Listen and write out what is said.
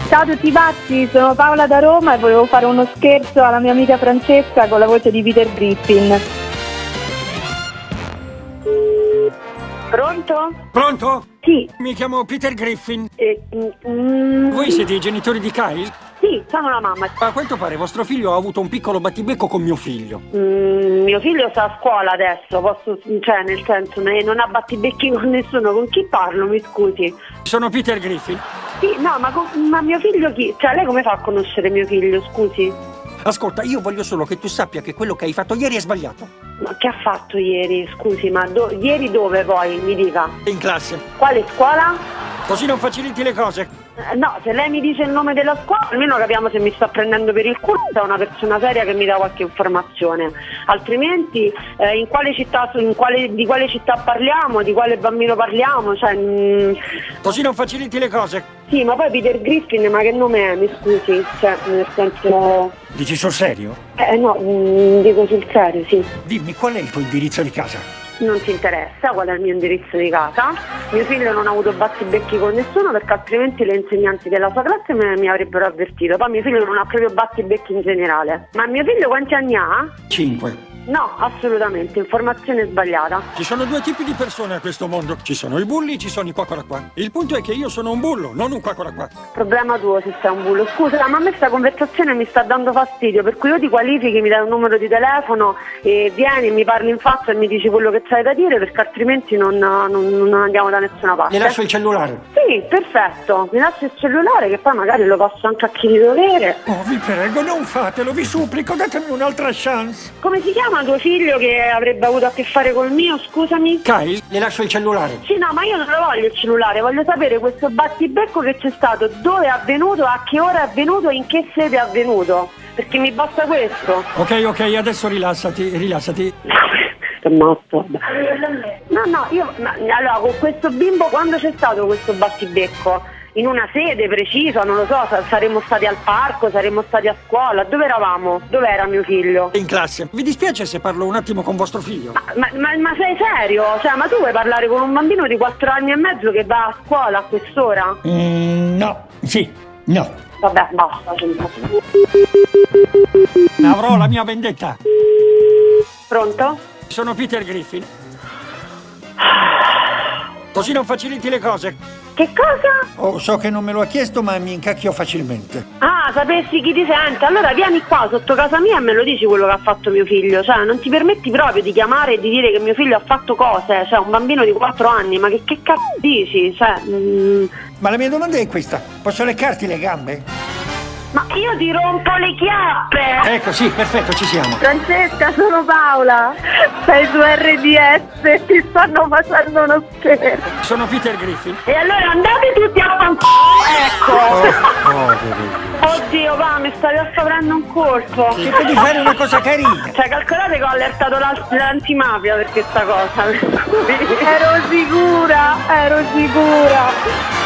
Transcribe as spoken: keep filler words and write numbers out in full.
Ciao a tutti pazzi, sono Paola da Roma e volevo fare uno scherzo alla mia amica Francesca con la voce di Peter Griffin. Pronto? Pronto? Sì. Mi chiamo Peter Griffin. Eh, mm, Voi siete i genitori di Kyle? Sì, sono la mamma. A quanto pare vostro figlio ha avuto un piccolo battibecco con mio figlio. Mm, mio figlio sta a scuola adesso, posso, cioè nel senso non ha battibecchi con nessuno. Con chi parlo, mi scusi? Sono Peter Griffin. Sì, no, ma, con, ma mio figlio chi? Cioè lei come fa a conoscere mio figlio, scusi? Ascolta, io voglio solo che tu sappia che quello che hai fatto ieri è sbagliato. Ma che ha fatto ieri, scusi, ma do, ieri dove poi, mi dica? In classe. Quale scuola? Così non faciliti le cose. Eh, no, se lei mi dice il nome della scuola, almeno capiamo se mi sta prendendo per il culo, è una persona seria che mi dà qualche informazione. Altrimenti, eh, in quale città, in quale, di quale città parliamo, di quale bambino parliamo, cioè... Mm... Così non faciliti le cose. Sì, ma poi Peter Griffin, ma che nome è, mi scusi? Cioè, nel senso... Dici sul serio? Eh no, mm, dico sul serio, sì. Dimmi, qual è il tuo indirizzo di casa? Non ti interessa qual è il mio indirizzo di casa. Mio figlio non ha avuto battibecchi con nessuno perché altrimenti le insegnanti della sua classe mi, mi avrebbero avvertito. Poi mio figlio non ha proprio battibecchi in generale. Ma mio figlio quanti anni ha? Cinque. No, assolutamente, informazione sbagliata. Ci sono due tipi di persone a questo mondo. Ci sono i bulli, ci sono i qua. Il punto è che io sono un bullo, non un qua. Problema tuo se sei un bullo. Scusa, ma a me questa conversazione mi sta dando fastidio, per cui io ti qualifichi, mi dai un numero di telefono e vieni, mi parli in faccia e mi dici quello che c'hai da dire, perché altrimenti non, non, non andiamo da nessuna parte. Le lascio il cellulare. Sì, perfetto. Mi lasci il cellulare che poi magari lo passo anche a chi di dovere. Oh, vi prego, non fatelo, vi supplico, datemi un'altra chance. Come si chiama tuo figlio che avrebbe avuto a che fare col mio, scusami? Kyle, le lascio il cellulare. Sì, no, ma io non lo voglio il cellulare, voglio sapere questo battibecco che c'è stato, dove è avvenuto, a che ora è avvenuto e in che sede è avvenuto. Perché mi basta questo. Ok, ok, adesso rilassati, rilassati. Ammazzo. No, no, io, ma, allora, con questo bimbo quando c'è stato questo battibecco? In una sede precisa, non lo so, saremmo stati al parco, saremmo stati a scuola, dove eravamo? Dove era mio figlio? In classe. Vi dispiace se parlo un attimo con vostro figlio? Ma, ma, ma, ma sei serio? Cioè, ma tu vuoi parlare con un bambino di quattro anni e mezzo che va a scuola a quest'ora? Mm, no, sì, no. Vabbè, basta. Avrò la mia vendetta. Pronto? Sono Peter Griffin. Così non faciliti le cose. Che cosa? Oh, so che non me lo ha chiesto, ma mi incacchio facilmente. Ah, sapessi chi ti sente? Allora vieni qua sotto casa mia e me lo dici quello che ha fatto mio figlio. Cioè, non ti permetti proprio di chiamare e di dire che mio figlio ha fatto cose. Cioè, un bambino di quattro anni, ma che, che cazzo dici? Cioè, mm... Ma la mia domanda è questa: posso leccarti le gambe? Ma io ti rompo le chiappe! Ecco, sì, perfetto, ci siamo. Francesca, sono Paola. Sei su R D S, ti stanno facendo uno scherzo. Sono Peter Griffin. E allora andate tutti a fanculo! Ecco! Oh, oh, Oddio, va, mi stavi a prendere un colpo. cerco di fare una cosa carina. Cioè, calcolate che ho allertato l'antimafia per questa cosa. Ero sicura, ero sicura.